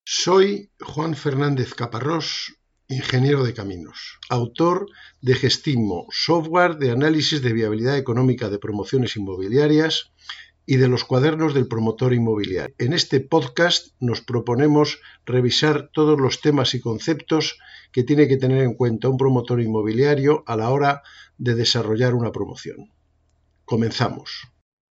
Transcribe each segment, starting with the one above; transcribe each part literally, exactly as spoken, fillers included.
Soy Juan Fernández Caparrós, ingeniero de caminos, autor de Gestimo, software de análisis de viabilidad económica de promociones inmobiliarias y de los cuadernos del promotor inmobiliario. En este podcast nos proponemos revisar todos los temas y conceptos que tiene que tener en cuenta un promotor inmobiliario a la hora de desarrollar una promoción. Comenzamos.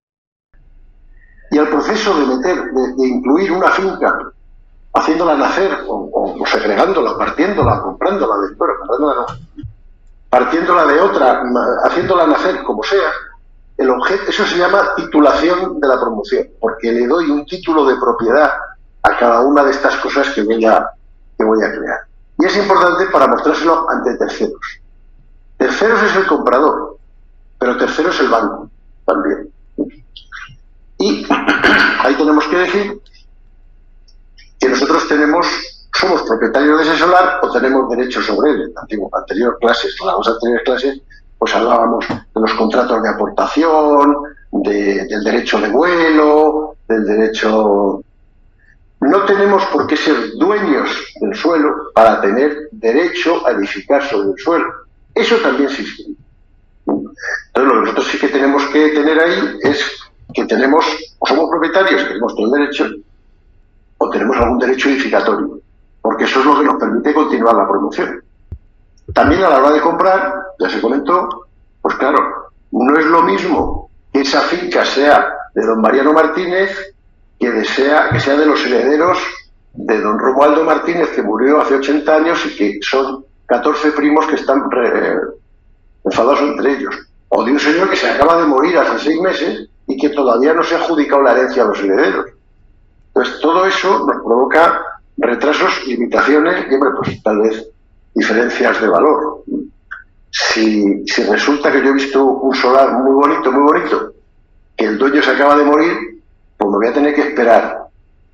Y el proceso de meter, de, de incluir una finca, haciéndola nacer o, o, o segregándola, partiéndola, comprándola de bueno, comprándola no, partiéndola de otra, haciéndola nacer como sea, el objeto, eso se llama titulación de la promoción, porque le doy un título de propiedad a cada una de estas cosas que voy a, que voy a crear. Y es importante para mostrárselo ante terceros. Terceros es el comprador, pero terceros es el banco también. Y ahí tenemos que decir que nosotros tenemos, somos propietarios de ese solar o tenemos derecho sobre él. En la anterior clases, en las dos anteriores clases, pues hablábamos de los contratos de aportación, de, del derecho de vuelo, del derecho... No tenemos por qué ser dueños del suelo para tener derecho a edificar sobre el suelo. Eso también se inscribe. Entonces, lo que nosotros sí que tenemos que tener ahí es que tenemos, o somos propietarios, tenemos todo el derecho, o tenemos algún derecho edificatorio, porque eso es lo que nos permite continuar la promoción. También a la hora de comprar, ya se comentó, pues claro, no es lo mismo que esa finca sea de don Mariano Martínez que, de sea, que sea de los herederos de don Romualdo Martínez, que murió hace ochenta años y que son catorce primos que están re, enfadados entre ellos, o de un señor que se acaba de morir hace seis meses y que todavía no se ha adjudicado la herencia a los herederos. Entonces, todo eso nos provoca retrasos, limitaciones y, hombre, pues tal vez diferencias de valor. Si, si resulta que yo he visto un solar muy bonito, muy bonito, que el dueño se acaba de morir, pues me voy a tener que esperar,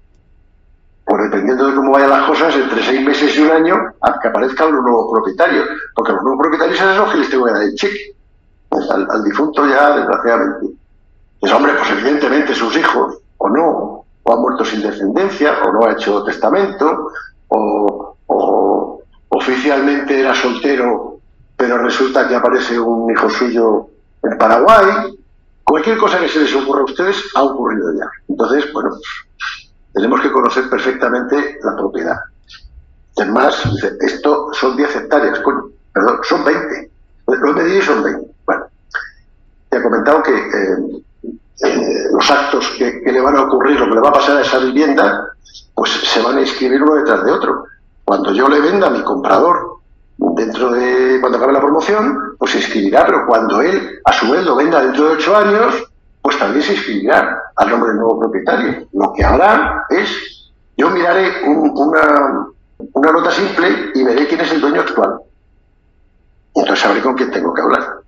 pues dependiendo de cómo vayan las cosas, entre seis meses y un año, a que aparezcan los nuevos propietarios. Porque los nuevos propietarios son esos que les tengo que dar el cheque. Pues al, al difunto ya, desgraciadamente. Pues hombre, pues evidentemente sus hijos, o no, o ha muerto sin descendencia, o no ha hecho testamento, o, o oficialmente era soltero, pero resulta que aparece un hijo suyo en Paraguay. Cualquier cosa que se les ocurra a ustedes ha ocurrido ya. Entonces, bueno, pues, tenemos que conocer perfectamente la propiedad. Es más, dice, esto son diez hectáreas, coño, perdón, son veinte. Lo he medido y son veinte. Bueno, te he comentado que... Eh, Eh, los actos que, que le van a ocurrir, lo que le va a pasar a esa vivienda, pues se van a inscribir uno detrás de otro. Cuando yo le venda a mi comprador, dentro de, cuando acabe la promoción, pues se inscribirá, pero cuando él, a su vez, lo venda dentro de ocho años, pues también se inscribirá al nombre del nuevo propietario. Lo que hará es, yo miraré un, una, una nota simple y veré quién es el dueño actual. Y entonces sabré con quién tengo que hablar.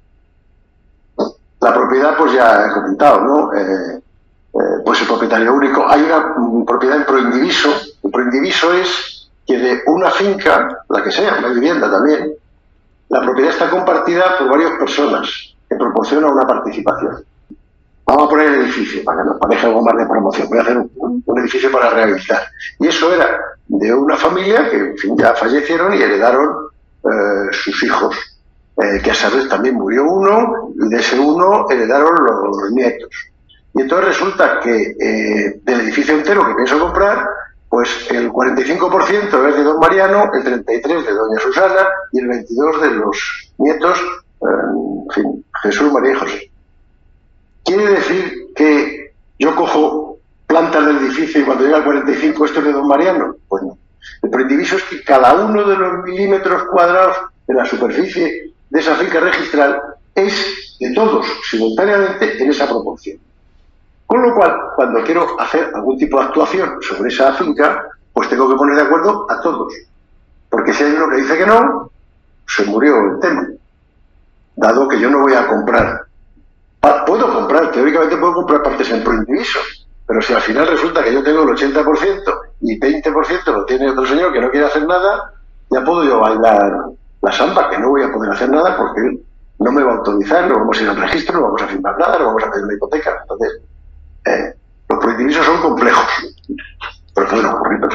La propiedad, pues ya he comentado, ¿no? Eh, eh, pues el propietario único. Hay una um, propiedad en proindiviso. El proindiviso es que de una finca, la que sea, una vivienda también, la propiedad está compartida por varias personas que proporciona una participación. Vamos a poner el edificio para que nos parezca algo más de promoción. Voy a hacer un, un edificio para rehabilitar. Y eso era de una familia que, en fin, ya fallecieron y heredaron eh, sus hijos. Eh, que a esa vez también murió uno, y de ese uno heredaron los, los nietos. Y entonces resulta que eh, del edificio entero que pienso comprar, pues el cuarenta y cinco por ciento es de don Mariano, el treinta y tres por ciento de doña Susana y el veintidós por ciento de los nietos, eh, en fin, Jesús, María y José. ¿Quiere decir que yo cojo plantas del edificio y cuando llega al cuarenta y cinco esto es de don Mariano? Pues no. El proindiviso es que cada uno de los milímetros cuadrados de la superficie de esa finca registral es de todos simultáneamente en esa proporción. Con lo cual, cuando quiero hacer algún tipo de actuación sobre esa finca, pues tengo que poner de acuerdo a todos. Porque si hay uno que dice que no, se murió el tema. Dado que yo no voy a comprar. Puedo comprar, teóricamente puedo comprar partes en proindiviso, pero si al final resulta que yo tengo el ochenta por ciento y veinte por ciento lo tiene otro señor que no quiere hacer nada, ya puedo yo bailar la samba, que no voy a poder hacer nada porque él no me va a autorizar, no vamos a ir al registro, no vamos a firmar nada, no vamos a pedir una hipoteca. Entonces, eh, los proindivisos son complejos, pero pueden ocurrir perfectamente.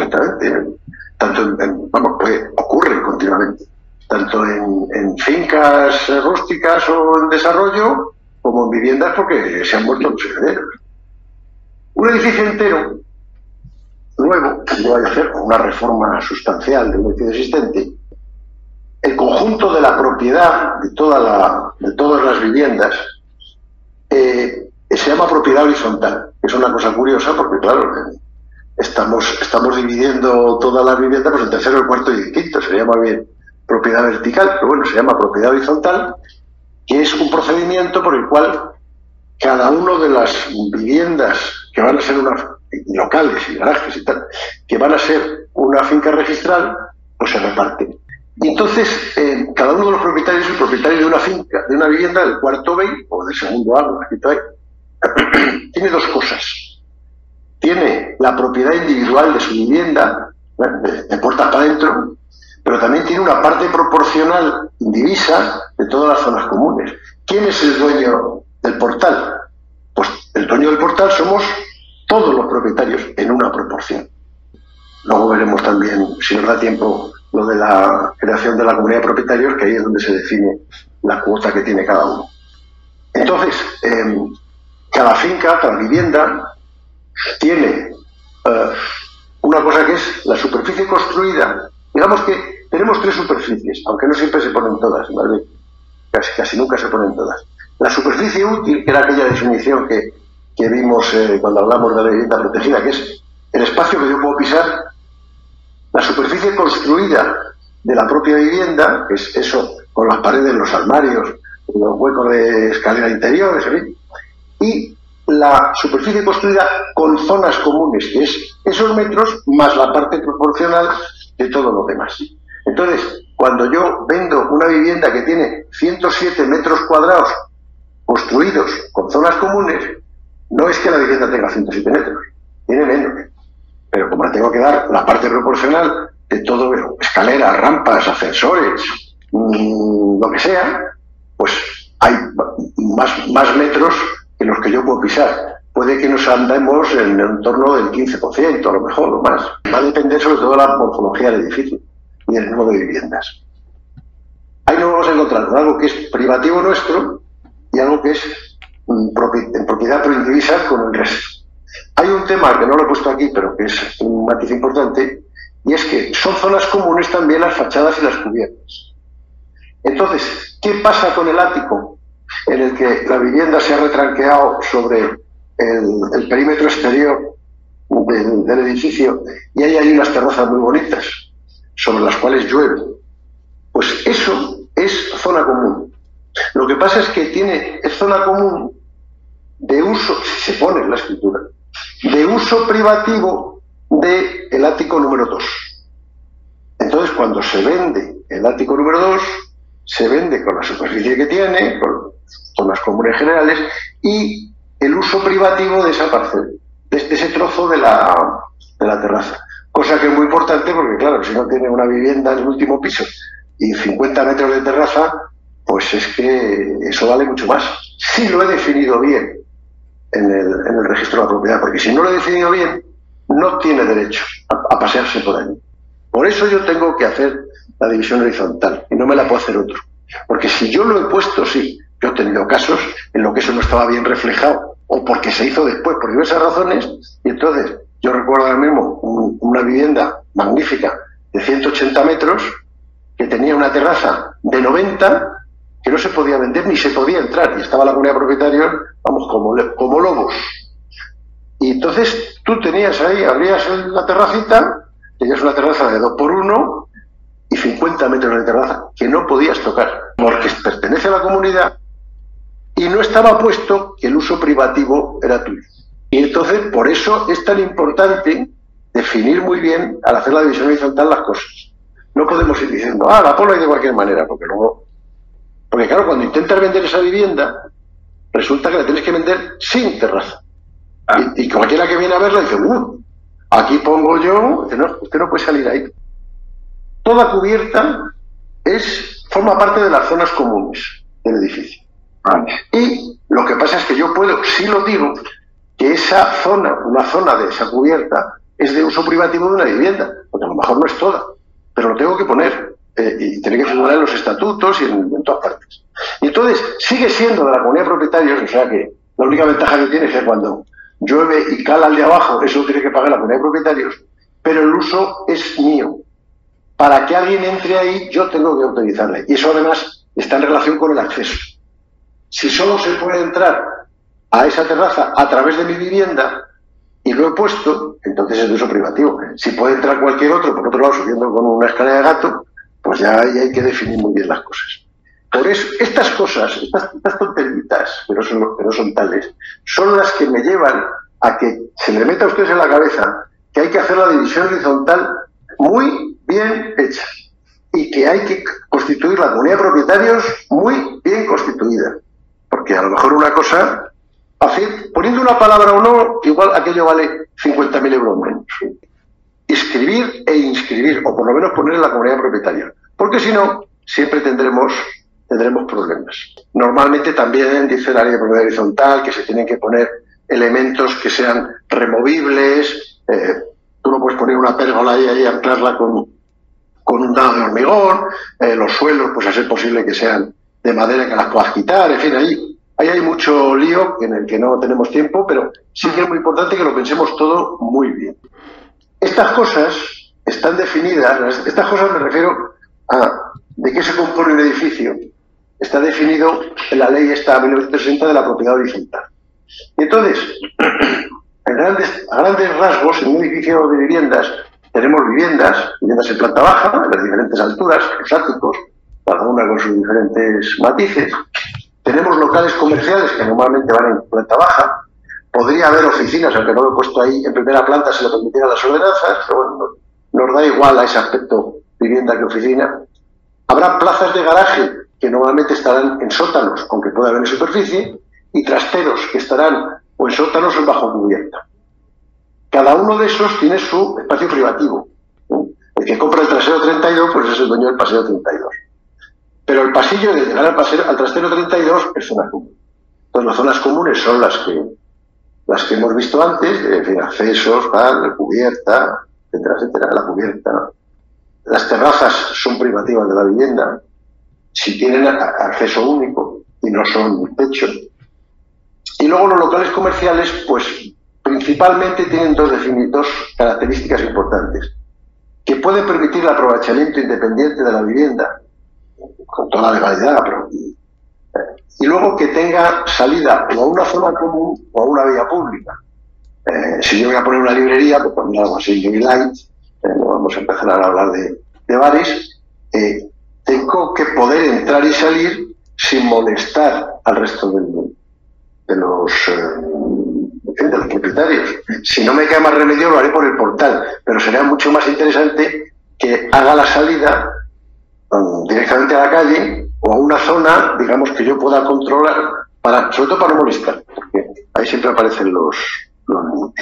en, tanto en, en, vamos, pues ocurre continuamente, tanto en, en fincas rústicas o en desarrollo, como en viviendas porque se han muerto los herederos. Un edificio entero, nuevo, que lleva a hacer una reforma sustancial del edificio existente, el conjunto de la propiedad de, toda la, de todas las viviendas eh, se llama propiedad horizontal. Es una cosa curiosa porque, claro, estamos, estamos dividiendo todas las viviendas pues, en tercero, el cuarto y el quinto. Se llama bien propiedad vertical, pero bueno, se llama propiedad horizontal, que es un procedimiento por el cual cada una de las viviendas que van a ser unas locales y garajes y tal, que van a ser una finca registral, pues se reparten. Y entonces, eh, cada uno de los propietarios es el propietario de una finca, de una vivienda del cuarto B o del segundo A, tiene dos cosas. Tiene la propiedad individual de su vivienda, de, de puertas para adentro, pero también tiene una parte proporcional indivisa de todas las zonas comunes. ¿Quién es el dueño del portal? Pues el dueño del portal somos todos los propietarios en una proporción. Luego veremos también, si nos da tiempo, lo de la creación de la comunidad de propietarios, que ahí es donde se define la cuota que tiene cada uno. Entonces, eh, cada finca, cada vivienda, tiene eh, una cosa que es la superficie construida. Digamos que tenemos tres superficies, aunque no siempre se ponen todas, ¿vale? Casi, casi nunca se ponen todas. La superficie útil, que era aquella definición que, que vimos eh, cuando hablamos de la vivienda protegida, que es el espacio que yo puedo pisar. La superficie construida de la propia vivienda, que es eso, con las paredes, los armarios, los huecos de escalera interiores, en fin. Y la superficie construida con zonas comunes, que es esos metros más la parte proporcional de todo lo demás. Entonces, cuando yo vendo una vivienda que tiene ciento siete metros cuadrados construidos con zonas comunes, no es que la vivienda tenga ciento siete metros, tiene menos. Pero como le tengo que dar la parte proporcional de todo, escaleras, rampas, ascensores, mmm, lo que sea, pues hay más, más metros que los que yo puedo pisar. Puede que nos andemos en el entorno del quince por ciento, a lo mejor, o más. Va a depender sobre todo de la morfología del edificio y del número de viviendas. Ahí nos vamos a encontrar con algo que es privativo nuestro y algo que es mmm, propi en propiedad proindivisa con el resto. Hay un tema que no lo he puesto aquí, pero que es un matiz importante, y es que son zonas comunes también las fachadas y las cubiertas. Entonces, ¿qué pasa con el ático en el que la vivienda se ha retranqueado sobre el, el perímetro exterior del, del edificio y ahí hay unas terrazas muy bonitas sobre las cuales llueve? Pues eso es zona común. Lo que pasa es que tiene, es zona común de uso, si se pone en la escritura, de uso privativo del ático número dos. Entonces, cuando se vende el ático número dos, se vende con la superficie que tiene, con zonas comunes generales, y el uso privativo de esa parcela, de ese trozo de la, de la terraza. Cosa que es muy importante porque, claro, si no tiene una vivienda en el último piso y cincuenta metros de terraza, pues es que eso vale mucho más. Si lo he definido bien en el, en el registro de la propiedad, porque si no lo he definido bien, no tiene derecho a, a pasearse por ahí. Por eso yo tengo que hacer la división horizontal y no me la puedo hacer otro. Porque si yo lo he puesto, sí, yo he tenido casos en los que eso no estaba bien reflejado o porque se hizo después por diversas razones, y entonces yo recuerdo ahora mismo un, una vivienda magnífica de ciento ochenta metros que tenía una terraza de noventa que no se podía vender ni se podía entrar y estaba la comunidad de propietarios, vamos, como, como lobos. Y entonces tú tenías ahí, abrías la terracita, tenías una terraza de dos por uno y cincuenta metros de terraza que no podías tocar porque pertenece a la comunidad y no estaba puesto que el uso privativo era tuyo. Y entonces por eso es tan importante definir muy bien al hacer la división horizontal las cosas. No podemos ir diciendo, ah, la pongo ahí de cualquier manera, porque luego... Porque claro, cuando intentas vender esa vivienda, resulta que la tienes que vender sin terraza. Ah. Y, y cualquiera que viene a verla dice, uh, aquí pongo yo, dice, no, usted no puede salir ahí. Toda cubierta es, forma parte de las zonas comunes del edificio. Ah. Y lo que pasa es que yo puedo, si lo digo, que esa zona, una zona de esa cubierta, es de uso privativo de una vivienda, porque a lo mejor no es toda, pero lo tengo que poner eh, y tiene que figurar en los estatutos y en, en todas partes. Y entonces sigue siendo de la comunidad de propietarios, o sea que la única ventaja que tiene es que cuando llueve y cala al de abajo, eso lo tiene que pagar la comunidad de propietarios, pero el uso es mío. Para que alguien entre ahí, yo tengo que autorizarle. Y eso además está en relación con el acceso. Si solo se puede entrar a esa terraza a través de mi vivienda y lo he puesto, entonces es de uso privativo. Si puede entrar cualquier otro, por otro lado, subiendo con una escalera de gato, pues ya ahí hay que definir muy bien las cosas. Por eso, estas cosas, estas, estas tonteritas, que no, son, que no son tales, son las que me llevan a que se le meta a ustedes en la cabeza que hay que hacer la división horizontal muy bien hecha y que hay que constituir la comunidad de propietarios muy bien constituida. Porque a lo mejor una cosa, hacer, poniendo una palabra o no, igual aquello vale cincuenta mil euros menos. Inscribir e inscribir, o por lo menos poner en la comunidad de propietarios. Porque si no, siempre tendremos tendremos problemas. Normalmente también dice la ley de propiedad horizontal que se tienen que poner elementos que sean removibles. Eh, tú no puedes poner una pérgola y ahí anclarla con, con un dado de hormigón. Eh, los suelos, pues a ser posible que sean de madera que las puedas quitar. En fin, ahí, ahí hay mucho lío en el que no tenemos tiempo, pero sí que es muy importante que lo pensemos todo muy bien. Estas cosas están definidas, estas cosas me refiero a de qué se compone un edificio. Está definido en la ley esta mil novecientos sesenta de la propiedad horizontal. Y entonces, en grandes, a grandes rasgos, en un edificio de viviendas, tenemos viviendas, viviendas en planta baja, en las diferentes alturas, los áticos, cada una con sus diferentes matices. Tenemos locales comerciales que normalmente van en planta baja. Podría haber oficinas, aunque no lo he puesto ahí en primera planta, si lo permitieran las ordenanzas, pero bueno, nos da igual a ese aspecto vivienda que oficina. Habrá plazas de garaje que normalmente estarán en sótanos, aunque pueda haber en superficie, y trasteros que estarán o en sótanos o en bajo cubierta. Cada uno de esos tiene su espacio privativo. ¿no? El que compra el trasero treinta y dos, pues es el dueño del paseo treinta y dos. Pero el pasillo de llegar al, paseo, al trastero treinta y dos es zona común. Entonces las zonas comunes son las que las que hemos visto antes, de en fin, accesos, la cubierta, etcétera, etcétera, la cubierta. Las terrazas son privativas de la vivienda, si tienen acceso único y no son techo. Y luego los locales comerciales, pues principalmente tienen dos, dos características importantes, que pueden permitir el aprovechamiento independiente de la vivienda, con toda la legalidad, pero, y luego que tenga salida o a una zona común o a una vía pública. Eh, si yo voy a poner una librería, pues poner algo así, New Light, eh, no vamos a empezar a hablar de, de bares, eh, tengo que poder entrar y salir sin molestar al resto del, de, los, eh, de los propietarios. Si no me queda más remedio, lo haré por el portal, pero sería mucho más interesante que haga la salida um, directamente a la calle o a una zona, digamos, que yo pueda controlar, para, sobre todo para no molestar, porque ahí siempre aparecen los, los niños.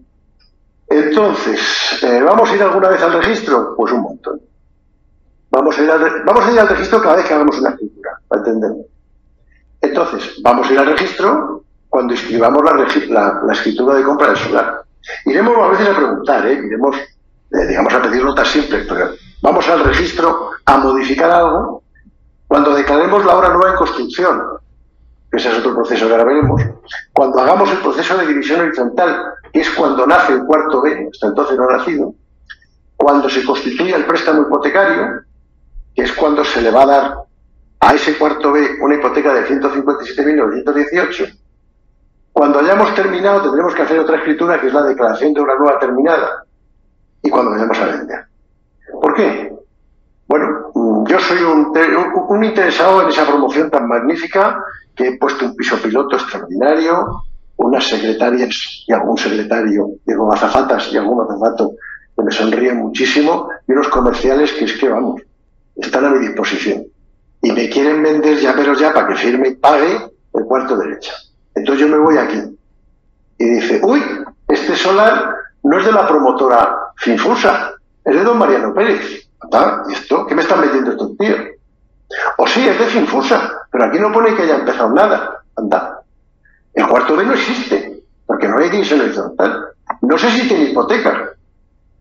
Entonces, eh, ¿vamos a ir alguna vez al registro? Pues un montón. Vamos a, ir al, vamos a ir al registro cada vez que hagamos una escritura, para entenderlo. Entonces, vamos a ir al registro cuando inscribamos la, la, la escritura de compra del solar. Iremos a veces a preguntar, ¿eh? Iremos, eh, digamos, a pedir notas simples, pero vamos al registro a modificar algo cuando declaremos la obra nueva en construcción, que ese es otro proceso que ahora veremos. Cuando hagamos el proceso de división horizontal, que es cuando nace el cuarto B, hasta entonces no ha nacido. Cuando se constituye el préstamo hipotecario, que es cuando se le va a dar a ese cuarto B una hipoteca de ciento cincuenta y siete mil novecientos dieciocho. Cuando hayamos terminado tendremos que hacer otra escritura, que es la declaración de obra nueva terminada, y cuando vayamos a vender. ¿Por qué? Bueno, yo soy un, un interesado en esa promoción tan magnífica, que he puesto un piso piloto extraordinario, unas secretarias y algún secretario, digo azafatas y algún azafato que me sonríen muchísimo, y unos comerciales que es que, vamos, están a mi disposición. Y me quieren vender ya, pero ya, para que firme y pague el cuarto derecha. Entonces yo me voy aquí. Y dice, uy, este solar no es de la promotora Finfusa, es de don Mariano Pérez. ¿Ah? ¿Y esto? ¿Qué me están metiendo estos tíos? O sí, es de Finfusa, pero aquí no pone que haya empezado nada. Anda. El cuarto B no existe, porque no hay división horizontal. No sé si tiene hipoteca,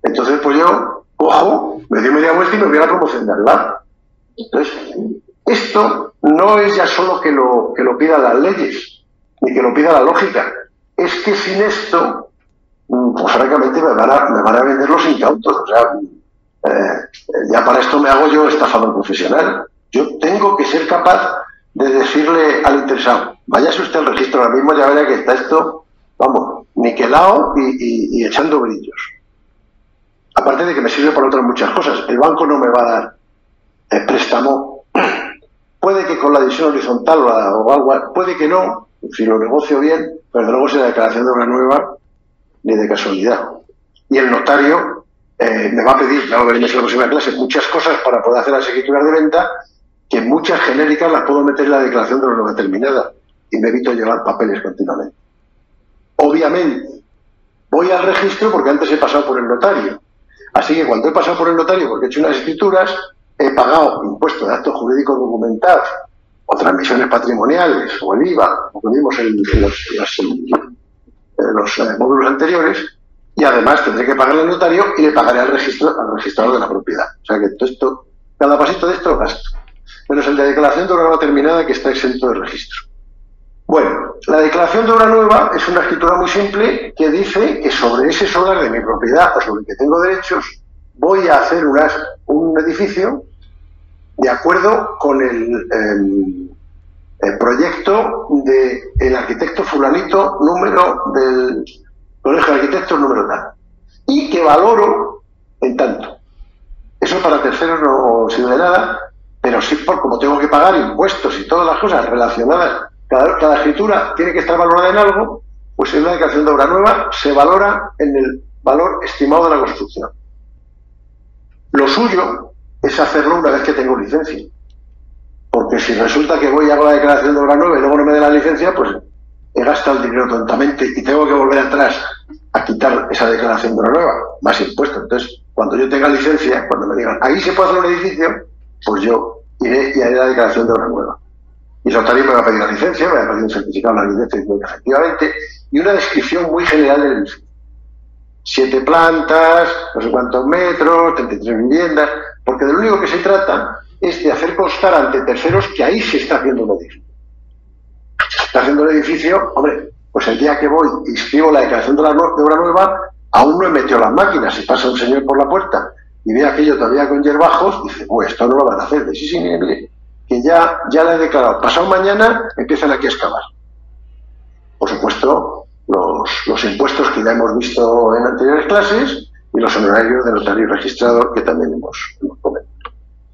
Entonces, pues yo cojo, me doy media vuelta y me voy a la promoción de al lado. Entonces, esto no es ya solo que lo, que lo pidan las leyes, ni que lo pida la lógica. Es que sin esto, pues francamente me van a, me van a vender los incautos. O sea, eh, ya para esto me hago yo estafador profesional. Yo tengo que ser capaz de decirle al interesado, váyase usted al registro ahora mismo, ya verá que está esto, vamos, niquelado y, y, y echando brillos. Aparte de que me sirve para otras muchas cosas. El banco no me va a dar el préstamo. Puede que con la división horizontal o, la, o algo, puede que no, si lo negocio bien, pero luego si la declaración de obra nueva, ni de casualidad. Y el notario eh, me va a pedir, ya lo veremos en la próxima clase, muchas cosas para poder hacer las escrituras de venta, que muchas genéricas las puedo meter en la declaración de obra nueva terminada y me evito llevar papeles continuamente. Obviamente, voy al registro porque antes he pasado por el notario. Así que cuando he pasado por el notario porque he hecho unas escrituras, he pagado impuestos de actos jurídicos documentados o transmisiones patrimoniales o el I V A, como vimos en, en los, en los, en los eh, módulos anteriores, y además tendré que pagarle al notario y le pagaré al, registro, al registrador de la propiedad. O sea que todo esto, cada pasito de esto lo gasto. Menos el de declaración de obra nueva terminada que está exento de registro. Bueno, la declaración de obra nueva es una escritura muy simple que dice que sobre ese solar de mi propiedad o sobre el que tengo derechos voy a hacer unas, un edificio de acuerdo con el, el, el proyecto del arquitecto fulanito número del colegio de arquitectos número tal y que valoro en tanto. Eso para terceros no sirve de nada, pero sí, por como tengo que pagar impuestos y todas las cosas relacionadas. Cada, cada escritura tiene que estar valorada en algo, pues en una declaración de obra nueva se valora en el valor estimado de la construcción. Lo suyo es hacerlo una vez que tengo licencia. Porque si resulta que voy a hago la declaración de obra nueva y luego no me da la licencia, pues he gastado el dinero tontamente y tengo que volver atrás a quitar esa declaración de obra nueva, más impuestos. Entonces, cuando yo tenga licencia, cuando me digan, ahí se puede hacer un edificio, pues yo iré y haré la declaración de obra nueva. Y el notario me va a pedir la licencia, me va a pedir un certificado de la licencia, efectivamente, y una descripción muy general del edificio. Siete plantas, no sé cuántos metros, treinta y tres viviendas, porque de lo único que se trata es de hacer constar ante terceros que ahí se está haciendo un edificio. Se está haciendo el edificio, hombre, pues el día que voy y inscribo la declaración de, la no, de obra nueva, aún no he metido las máquinas. Si pasa un señor por la puerta y ve aquello todavía con hierbajos, dice, pues esto no lo van a hacer. Sí, sí, mire, mire, que ya, ya la he declarado. Pasado mañana empiezan aquí a excavar. Por supuesto, los, los impuestos que ya hemos visto en anteriores clases y los honorarios de notario y registrador que también hemos